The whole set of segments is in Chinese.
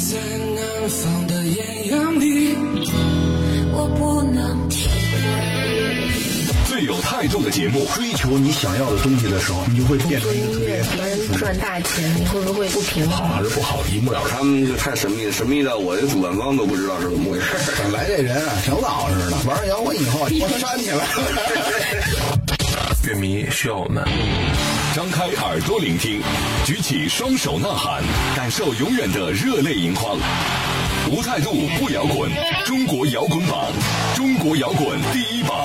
在南方的艳阳里，我不能体会。 最有态度的节目， 追求你想要的东西的时候，你就会变成一个特别能赚大钱，你会不会不平衡？ 好还是不好，一目了然。 他们就太神秘，神秘到我的主办方都不知道是怎么回事。 本来这人啊，挺老实的，玩摇滚以后，我煽起来了。 乐迷需要我们。张开耳朵聆听，举起双手呐喊，感受永远的热泪盈眶。无态度不摇滚，中国摇滚榜，中国摇滚第一榜。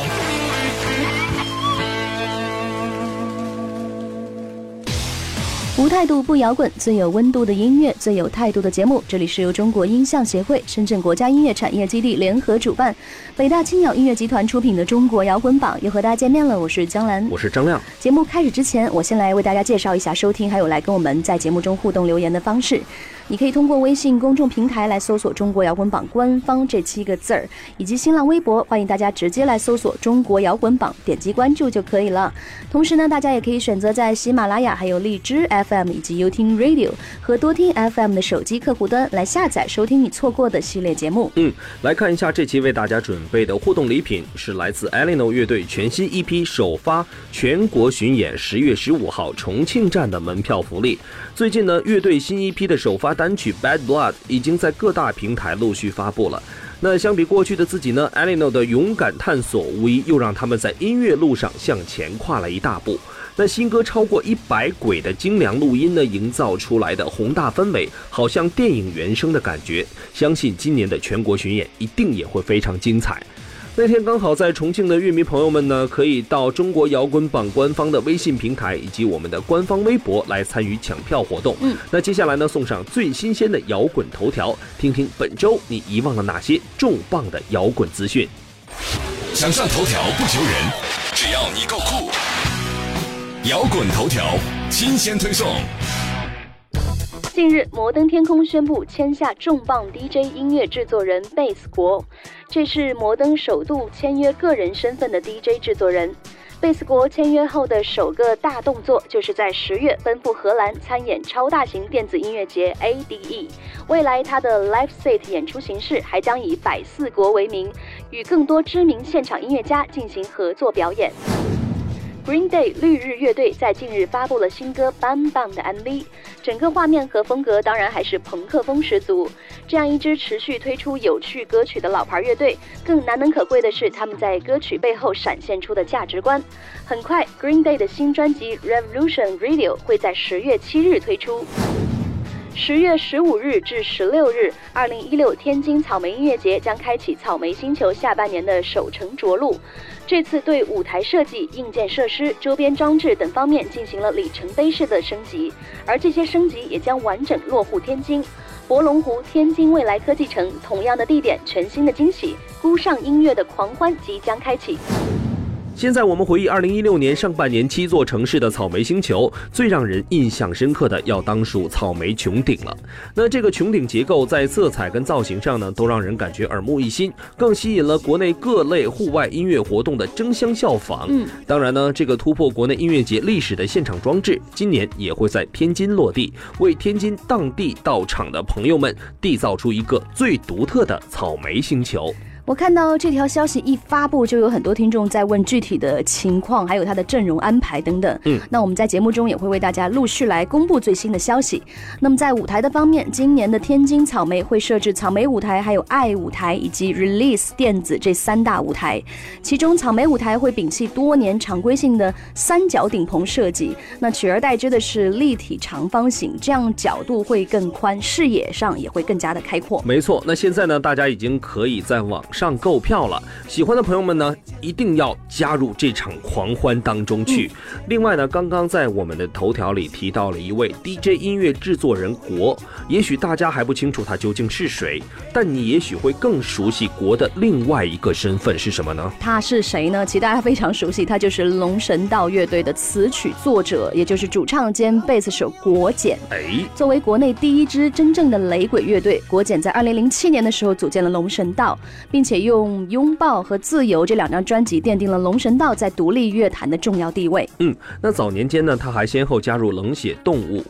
无态度不摇滚，最有温度的音乐，最有态度的节目。这里是由中国音像协会、深圳国家音乐产业基地联合主办，北大青鸟音乐集团出品的中国摇滚榜，又和大家见面了。我是江兰， 我是张亮。 节目开始之前，我先来为大家介绍一下收听还有来跟我们在节目中互动留言的方式。你可以通过微信公众平台来搜索中国摇滚榜官方这7个字儿，以及新浪微博，欢迎大家直接来搜索中国摇滚榜，点击关注就可以了。同时呢，大家也可以选择在喜马拉雅、还有荔枝 FM 以及优听 Radio 和多听 FM 的手机客户端来下载收听你错过的系列节目。 来看一下这期为大家准备的互动礼品，是来自 Elino 乐队全新 EP 首发全国巡演10月15号重庆站的门票福利。最近呢，乐队新 EP 的首发单曲 Bad Blood 已经在各大平台陆续发布了。那相比过去的自己呢， Elino 的勇敢探索无疑又让他们在音乐路上向前跨了一大步。那新歌超过100轨的精良录音呢，营造出来的宏大氛围好像电影原声的感觉，相信今年的全国巡演一定也会非常精彩。那天刚好在重庆的乐迷朋友们呢，可以到中国摇滚榜官方的微信平台以及我们的官方微博来参与抢票活动。那接下来呢，送上最新鲜的摇滚头条，听听本周你遗忘了哪些重磅的摇滚资讯。 想上头条不求人，只要你够酷。摇滚头条新鲜推送。 近日，摩登天空宣布签下重磅 DJ 音乐制作人贝斯国，这是摩登首度签约个人身份的 DJ 制作人。贝斯国签约后的首个大动作，就是在10月奔赴荷兰参演超大型电子音乐节 ADE。未来他的 Live Set 演出形式还将以百4国为名，与更多知名现场音乐家进行合作表演。Green Day 绿日乐队在近日发布了新歌 Bang Bang 的 MV， 整个画面和风格当然还是朋克风十足。这样一支持续推出有趣歌曲的老牌乐队，更难能可贵的是他们在歌曲背后闪现出的价值观。很快 Green Day 的新专辑 Revolution Radio 会在10月7日推出。10月15日至16日，2016天津草莓音乐节将开启草莓星球下半年的首程着陆。这次对舞台设计、硬件设施、周边装置等方面进行了里程碑式的升级，而这些升级也将完整落户天津。博龙湖天津未来科技城，同样的地点，全新的惊喜，孤上音乐的狂欢即将开启。 现在我们回忆2016年上半年7座城市的草莓星球，最让人印象深刻的要当属草莓穹顶了。那这个穹顶结构在色彩跟造型上呢，都让人感觉耳目一新，更吸引了国内各类户外音乐活动的争相效仿。当然呢，这个突破国内音乐节历史的现场装置，今年也会在天津落地，为天津当地到场的朋友们缔造出一个最独特的草莓星球。 我看到这条消息一发布，就有很多听众在问具体的情况，还有他的阵容安排等等。那我们在节目中也会为大家陆续来公布最新的消息。那么在舞台的方面，今年的天津草莓会设置草莓舞台、还有爱舞台以及 Release 电子这3大舞台。其中草莓舞台会摒弃多年常规性的3角顶棚设计，那取而代之的是立体长方形，这样角度会更宽，视野上也会更加的开阔。 没错，那现在呢，大家已经可以在网上购票了，喜欢的朋友们呢，一定要加入这场狂欢当中去。另外呢，刚刚在我们的头条里提到了一位 DJ 音乐制作人国，也许大家还不清楚他究竟是谁，但你也许会更熟悉国的另外一个身份是什么呢？ 他是谁呢？其实大家非常熟悉，他就是龙神道乐队的词曲作者，也就是主唱兼贝斯手国简。作为国内第一支真正的雷鬼乐队，国简在2007年的时候组建了龙神道，并且用拥抱和自由这2张专辑奠定了龙神道在独立乐坛的重要地位。 那早年间呢，他还先后加入冷血动物、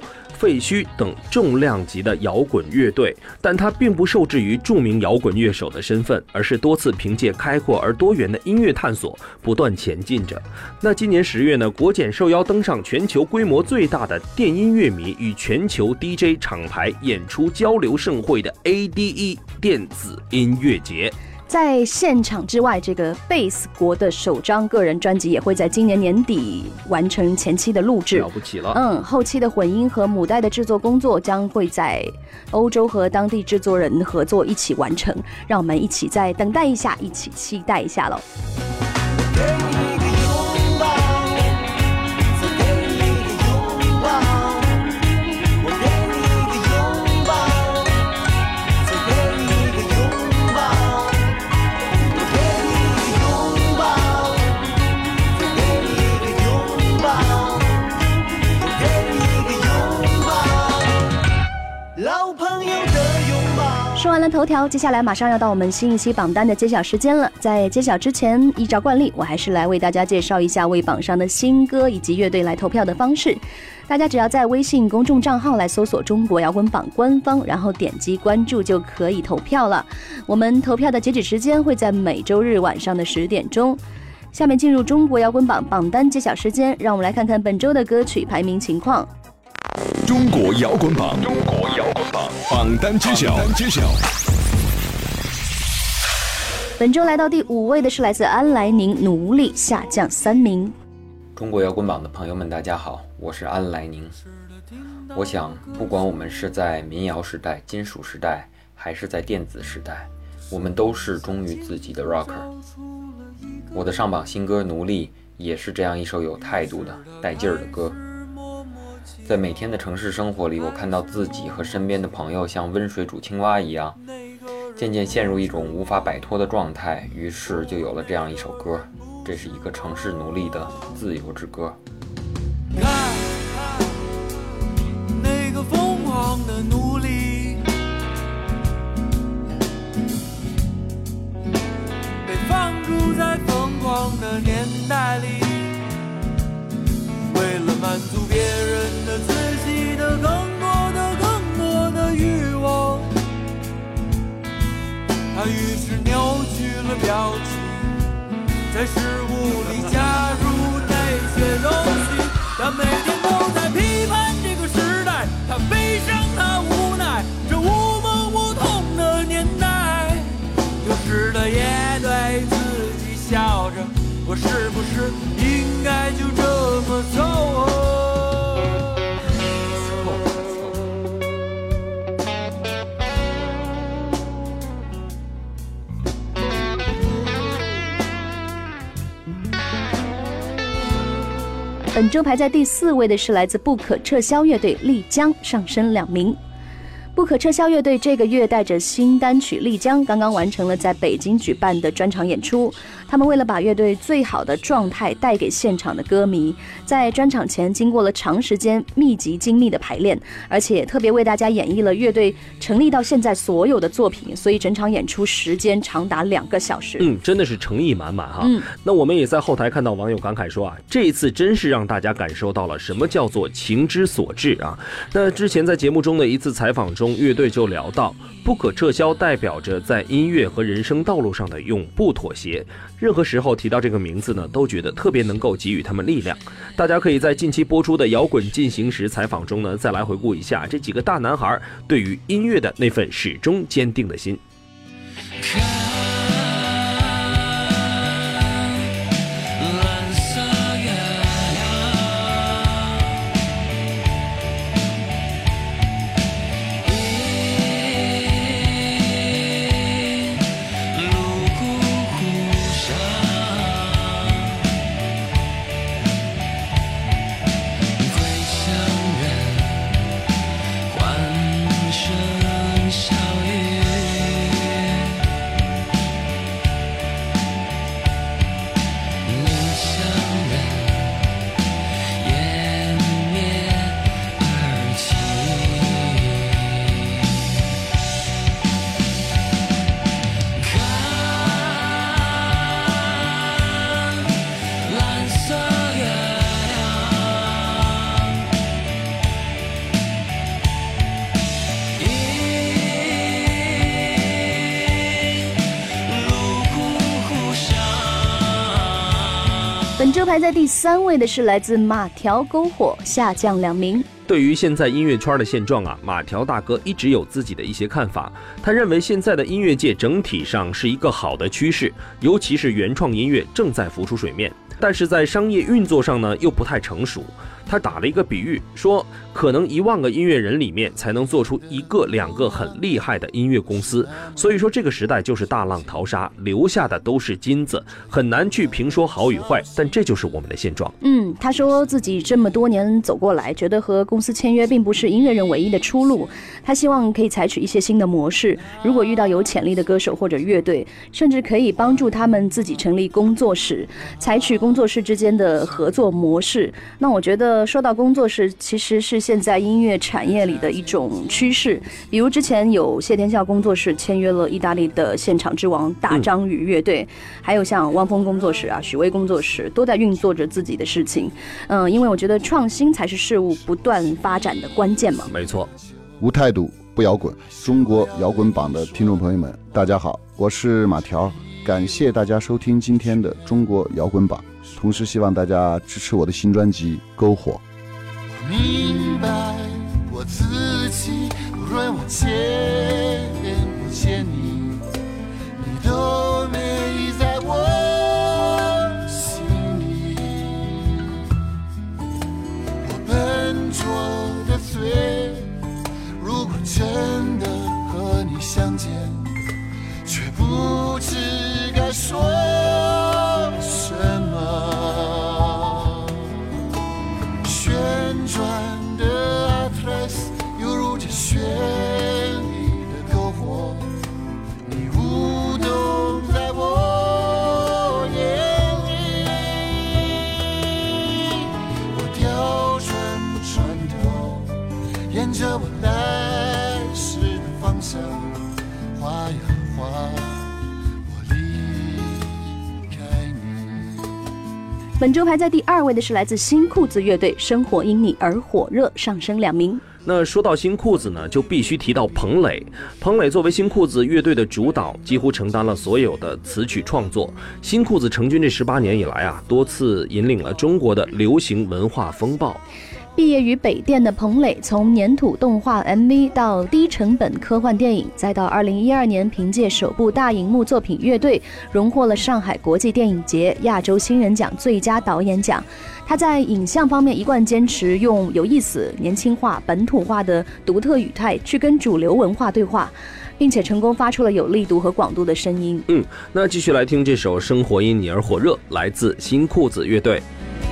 废墟等重量级的摇滚乐队，但他并不受制于著名摇滚乐手的身份，而是多次凭借开阔而多元的音乐探索不断前进着。那今年10月呢，国检受邀登上全球规模最大的电音乐迷与全球 DJ 厂牌演出交流盛会的 ADE 电子音乐节。 在现场之外，这个贝斯国的首张个人专辑也会在今年年底完成前期的录制， 了不起了。 后期的混音和母带的制作工作将会在欧洲和当地制作人合作一起完成，让我们一起再等待一下，一起期待一下喽。说完了头条，接下来马上要到我们新一期榜单的揭晓时间了。在揭晓之前，依照惯例，我还是来为大家介绍一下为榜上的新歌以及乐队来投票的方式。大家只要在微信公众账号来搜索中国摇滚榜官方，然后点击关注就可以投票了。我们投票的截止时间会在每周日晚上的10点钟。下面进入中国摇滚榜榜单揭晓时间，让我们来看看本周的歌曲排名情况。 中国摇滚榜，榜单揭晓。 本周来到第5位的是来自安来宁，努力下降3名。 中国摇滚榜的朋友们，大家好，我是安来宁。我想，不管我们是在民谣时代、金属时代，还是在电子时代，我们都是忠于自己的 rocker。我的上榜新歌《奴隶》也是这样一首有态度的、带劲儿的歌。在每天的城市生活里，我看到自己和身边的朋友像温水煮青蛙一样，渐渐陷入一种无法摆脱的状态，于是就有了这样一首歌，这是一个城市奴隶的自由之歌。 看那个疯狂的奴隶，被放逐在疯狂的年代里，为了满足别人的自己的更多的欲望，他于是扭曲了表情，在事物里加入那些东西，他每天都在批判这个时代，他悲伤，他无奈，这无梦无痛的年代，有时他也对自己笑着，我是不是应该就这么走？ 本周排在第4位的是来自不可撤销乐队丽江，上升2名。不可撤销乐队这个月带着新单曲《丽江》刚刚完成了在北京举办的专场演出。他们为了把乐队最好的状态带给现场的歌迷，在专场前经过了长时间密集精密的排练，而且特别为大家演绎了乐队成立到现在所有的作品，所以整场演出时间长达2个小时。 真的是诚意满满哈。那我们也在后台看到网友感慨说啊，这一次真是让大家感受到了什么叫做情之所至啊。那之前在节目中的一次采访中，乐队就聊到，不可撤销代表着在音乐和人生道路上的永不妥协。任何时候提到这个名字呢，都觉得特别能够给予他们力量。大家可以在近期播出的摇滚进行时采访中呢，再来回顾一下这几个大男孩对于音乐的那份始终坚定的心。 本周排在第3位的是来自马条篝火，下降2名。 对于现在音乐圈的现状啊，马条大哥一直有自己的一些看法。他认为现在的音乐界整体上是一个好的趋势，尤其是原创音乐正在浮出水面，但是在商业运作上呢又不太成熟。他打了一个比喻，说可能1万个音乐人里面才能做出1个2个很厉害的音乐公司，所以说这个时代就是大浪淘沙，留下的都是金子，很难去评说好与坏，但这就是我们的现状。 他说自己这么多年走过来，觉得和公司签约并不是音乐人唯一的出路，他希望可以采取一些新的模式，如果遇到有潜力的歌手或者乐队，甚至可以帮助他们自己成立工作室，采取工作室之间的合作模式。那我觉得说到工作室，其实是现在音乐产业里的一种趋势，比如之前有谢天笑工作室签约了意大利的现场之王大张宇乐队，还有像汪峰工作室啊、许巍工作室都在运作着自己的事情。因为我觉得创新才是事物不断发展的关键嘛。 没错。 无态度不摇滚，中国摇滚榜的听众朋友们大家好，我是马条，感谢大家收听今天的中国摇滚榜，同时希望大家支持我的新专辑《篝火》。 明白我自己，无论我欠不欠你，你都没在我心里。我笨拙的嘴，如果真的和你相见，却不知该说什么。旋转的 Atlas 犹如这绚丽的篝火，你舞动在我眼里。我调转船头，沿着我来时的方向划呀划，我离开你。 本周排在第2位的是来自新裤子乐队，生活因你而火热，上升2名。 那说到新裤子呢，就必须提到彭磊。彭磊作为新裤子乐队的主导，几乎承担了所有的词曲创作。新裤子成军这18年以来啊，多次引领了中国的流行文化风暴。 毕业于北电的彭磊，从粘土动画 MV 到低成本科幻电影，再到2012年凭借首部大荧幕作品《乐队》荣获了上海国际电影节亚洲新人奖最佳导演奖。他在影像方面一贯坚持用有意思、年轻化、本土化的独特语态去跟主流文化对话，并且成功发出了有力度和广度的声音。 那继续来听这首《生活因你而火热》，来自新裤子乐队。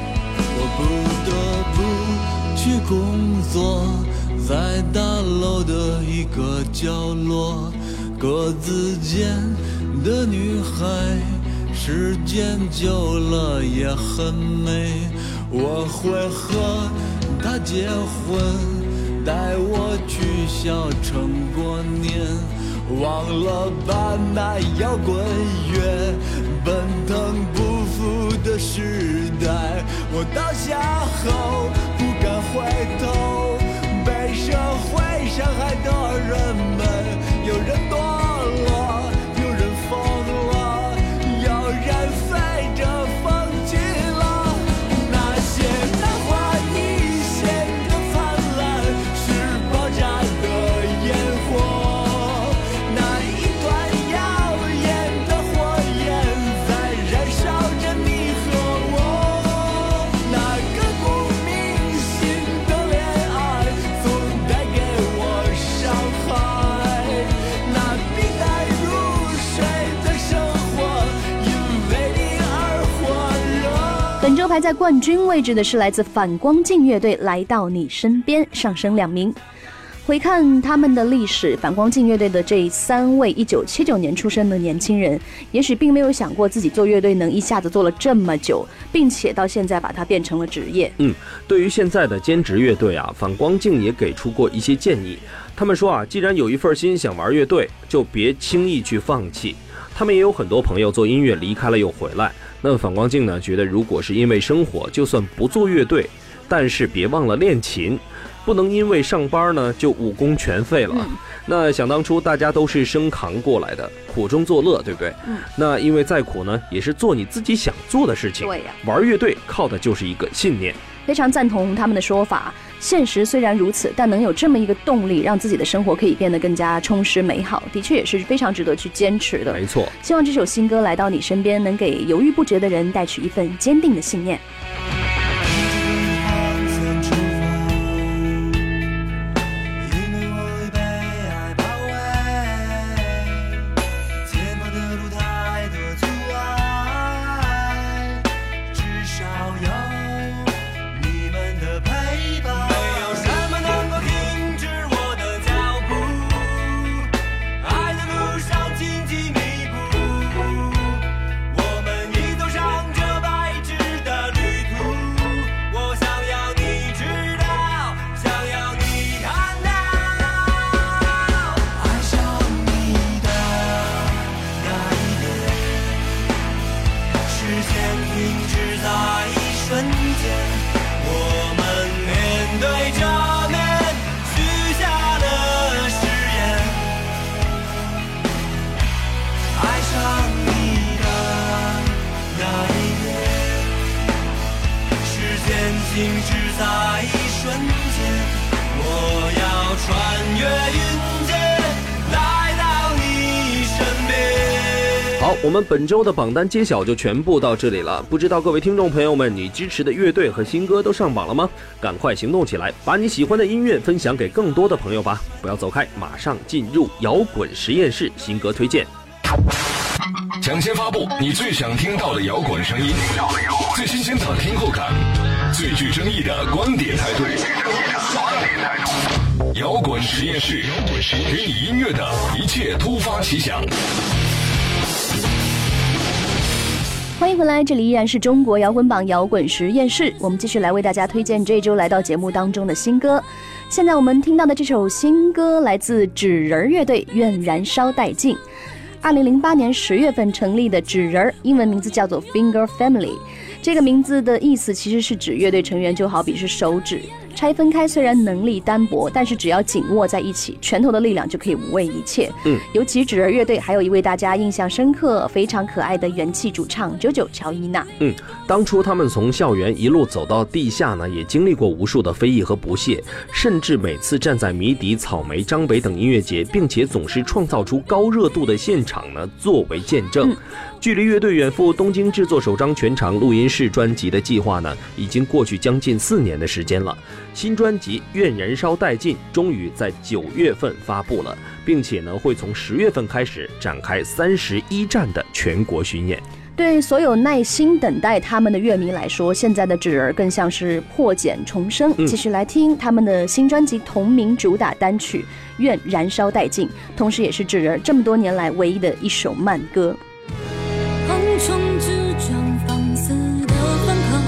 去工作，在大楼的一个角落，格子间的女孩，时间久了也很美。我会和她结婚，带我去小城过年，忘了吧那摇滚乐奔腾不复的时代。我倒下后不敢回头，被社会伤害的人们，有人堕落，有人疯了，有人飞着放弃了。那些昙花一现的灿烂，是爆炸的烟火，那一段耀眼的火焰在燃烧着你和我。那个不明心的恋爱总带给我伤害，那冰淡如水的生活因为你而火热。 本周排在冠军位置的是来自反光镜乐队，来到你身边，上升2名。回看他们的历史，反光镜乐队的这3位1979年出生的年轻人，也许并没有想过自己做乐队能一下子做了这么久，并且到现在把它变成了职业。 对于现在的兼职乐队啊，反光镜也给出过一些建议。他们说啊，既然有一份心想玩乐队，就别轻易去放弃。他们也有很多朋友做音乐离开了又回来，那反光镜呢，觉得如果是因为生活，就算不做乐队，但是别忘了练琴。 不能因为上班呢就武功全废了。那想当初大家都是生扛过来的，苦中作乐，对不对？那因为再苦呢，也是做你自己想做的事情。 对呀， 玩乐队靠的就是一个信念。 非常赞同他们的说法，现实虽然如此，但能有这么一个动力，让自己的生活可以变得更加充实美好，的确也是非常值得去坚持的。 没错， 希望这首新歌来到你身边，能给犹豫不决的人带去一份坚定的信念。 静止在一瞬间，我要穿越云间，来到你身边。 好，我们本周的榜单揭晓就全部到这里了。不知道各位听众朋友们，你支持的乐队和新歌都上榜了吗？赶快行动起来，把你喜欢的音乐分享给更多的朋友吧！不要走开，马上进入摇滚实验室新歌推荐。 抢先发布你最想听到的摇滚声音，最新鲜的听后感，最具争议的观点态度。摇滚实验室，给你音乐的一切突发奇想。 欢迎回来，这里依然是中国摇滚榜摇滚实验室，我们继续来为大家推荐这一周来到节目当中的新歌。现在我们听到的这首新歌来自纸人乐队，愿燃烧殆尽。2008年10月份成立的纸人，英文名字叫做 Finger Family。这个名字的意思其实是指乐队成员就好比是手指，拆分开虽然能力单薄，但是只要紧握在一起，拳头的力量就可以无畏一切。尤其纸人乐队还有一位大家印象深刻、非常可爱的元气主唱九九乔伊娜。 当初他们从校园一路走到地下呢，也经历过无数的非议和不屑，甚至每次站在迷笛、草莓、张北等音乐节，并且总是创造出高热度的现场呢，作为见证。距离乐队远赴东京制作首张全长录音室专辑的计划呢，已经过去将近4年的时间了。新专辑《愿燃烧殆尽》终于在9月份发布了，并且呢，会从10月份开始展开31站的全国巡演。 对所有耐心等待他们的乐迷来说，现在的纸人更像是破茧重生。继续来听他们的新专辑同名主打单曲《愿燃烧殆尽》，同时也是纸人这么多年来唯一的一首慢歌。 横冲直撞放肆的反抗，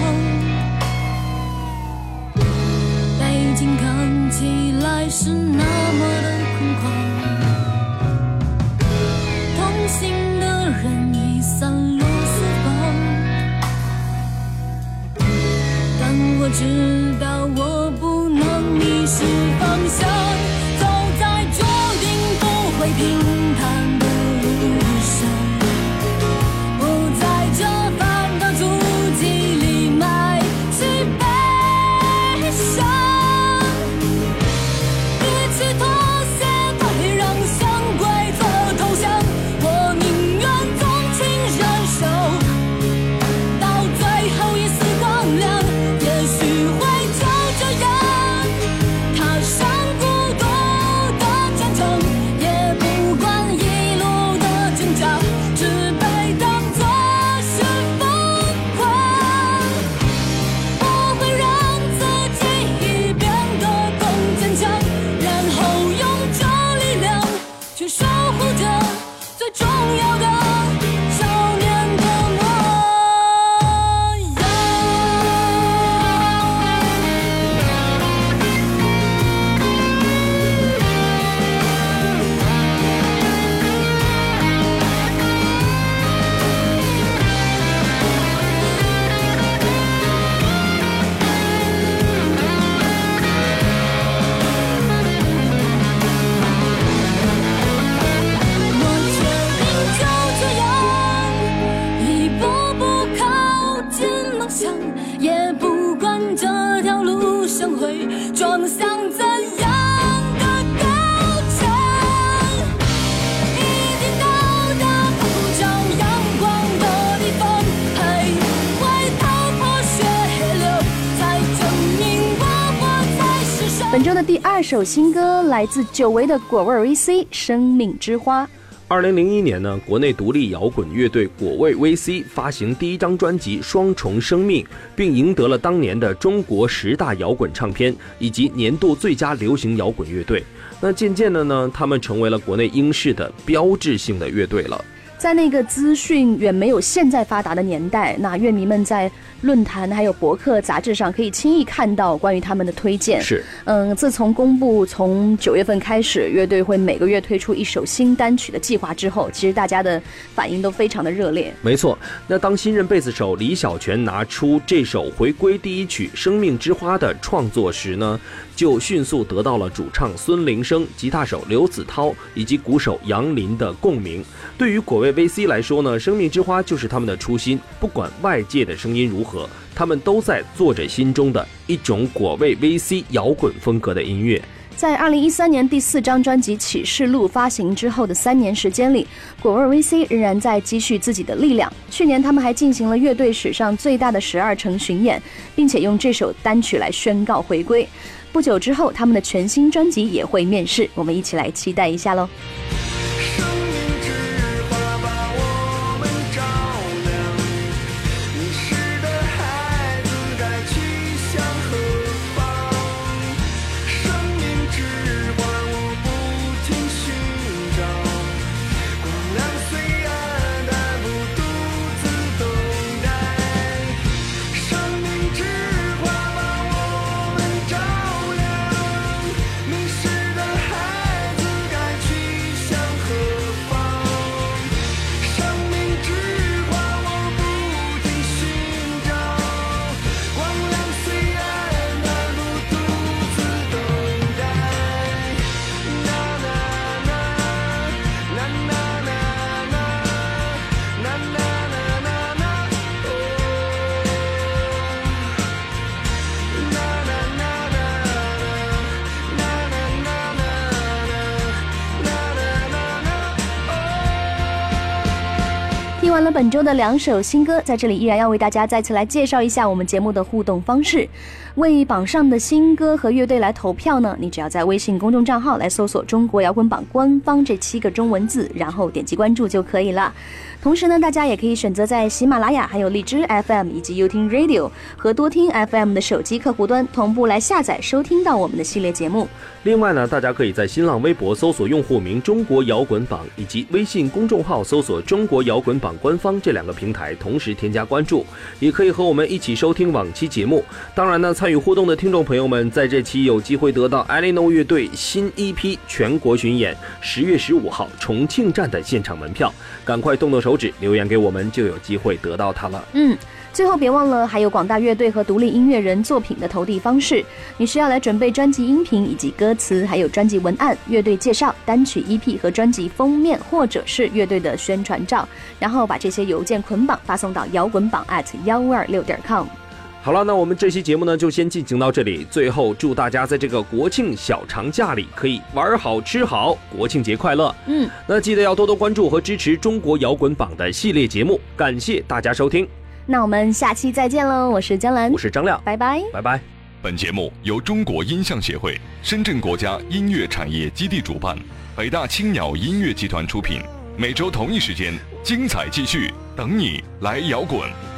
殆尽看起来是那么的空旷，同行的人已散落四方，但我知道我不能迷失方向，走在注定不会平坦的路上，这反的足迹里埋起悲伤，一起妥协退让，向规则投降，我宁愿纵情燃烧，到最后一丝光亮，也许会强，也不管这条路上会撞向怎样的高墙。已经到达普照阳光的地方，还会头破血流，才证明我才是少。 本周的第2首新歌来自久违的果味 VC《生命之花》。 2001年呢，国内独立摇滚乐队果味 VC 发行第一张专辑《双重生命》，并赢得了当年的中国10大摇滚唱片以及年度最佳流行摇滚乐队。那渐渐的呢，他们成为了国内英式的标志性的乐队了。 在那个资讯远没有现在发达的年代，那乐迷们在论坛还有博客杂志上可以轻易看到关于他们的推荐。 是， 自从公布从9月份开始乐队会每个月推出1首新单曲的计划之后，其实大家的反应都非常的热烈。 没错，那当新任贝斯手李小泉拿出这首回归第一曲《生命之花》的创作时呢，就迅速得到了主唱孙铃声、吉他手刘子涛以及鼓手杨林的共鸣。对于果味 VC 来说呢，《生命之花》就是他们的初心，不管外界的声音如何，他们都在做着心中的一种果味 VC 摇滚风格的音乐。 在2013年第4张专辑《启示录》发行之后的3年时间里，果味 VC 仍然在积蓄自己的力量。去年他们还进行了乐队史上最大的12城巡演，并且用这首单曲来宣告回归。不久之后，他们的全新专辑也会面世，我们一起来期待一下咯。听完了本周的2首新歌，在这里依然要为大家再次来介绍一下我们节目的互动方式。为榜上的新歌和乐队来投票呢，你只要在微信公众账号来搜索中国摇滚榜官方这7个中文字，然后点击关注就可以了。同时呢，大家也可以选择在喜马拉雅还有荔枝 FM 以及优听 Radio 和多听 FM 的手机客户端同步来下载收听到我们的系列节目。 另外呢，大家可以在新浪微博搜索用户名中国摇滚榜，以及微信公众号搜索中国摇滚榜官方这2个平台同时添加关注，也可以和我们一起收听往期节目。当然呢，参与互动的听众朋友们在这期有机会得到 Alino 乐队新 EP 全国巡演10月15号重庆站的现场门票，赶快动动手指留言给我们，就有机会得到它了。 最后别忘了还有广大乐队和独立音乐人作品的投递方式，你需要来准备专辑音频以及歌词，还有专辑文案、乐队介绍、单曲 EP 和专辑封面，或者是乐队的宣传照，然后把这些邮件捆绑发送到摇滚榜@156.com。 好了，那我们这期节目呢就先进行到这里。最后祝大家在这个国庆小长假里可以玩好吃好，国庆节快乐。那记得要多多关注和支持中国摇滚榜的系列节目，感谢大家收听。 那我们下期再见喽！我是江兰， 我是张亮， 拜拜， 拜拜。 本节目由中国音像协会、深圳国家音乐产业基地主办，北大青鸟音乐集团出品。每周同一时间，精彩继续，等你来摇滚。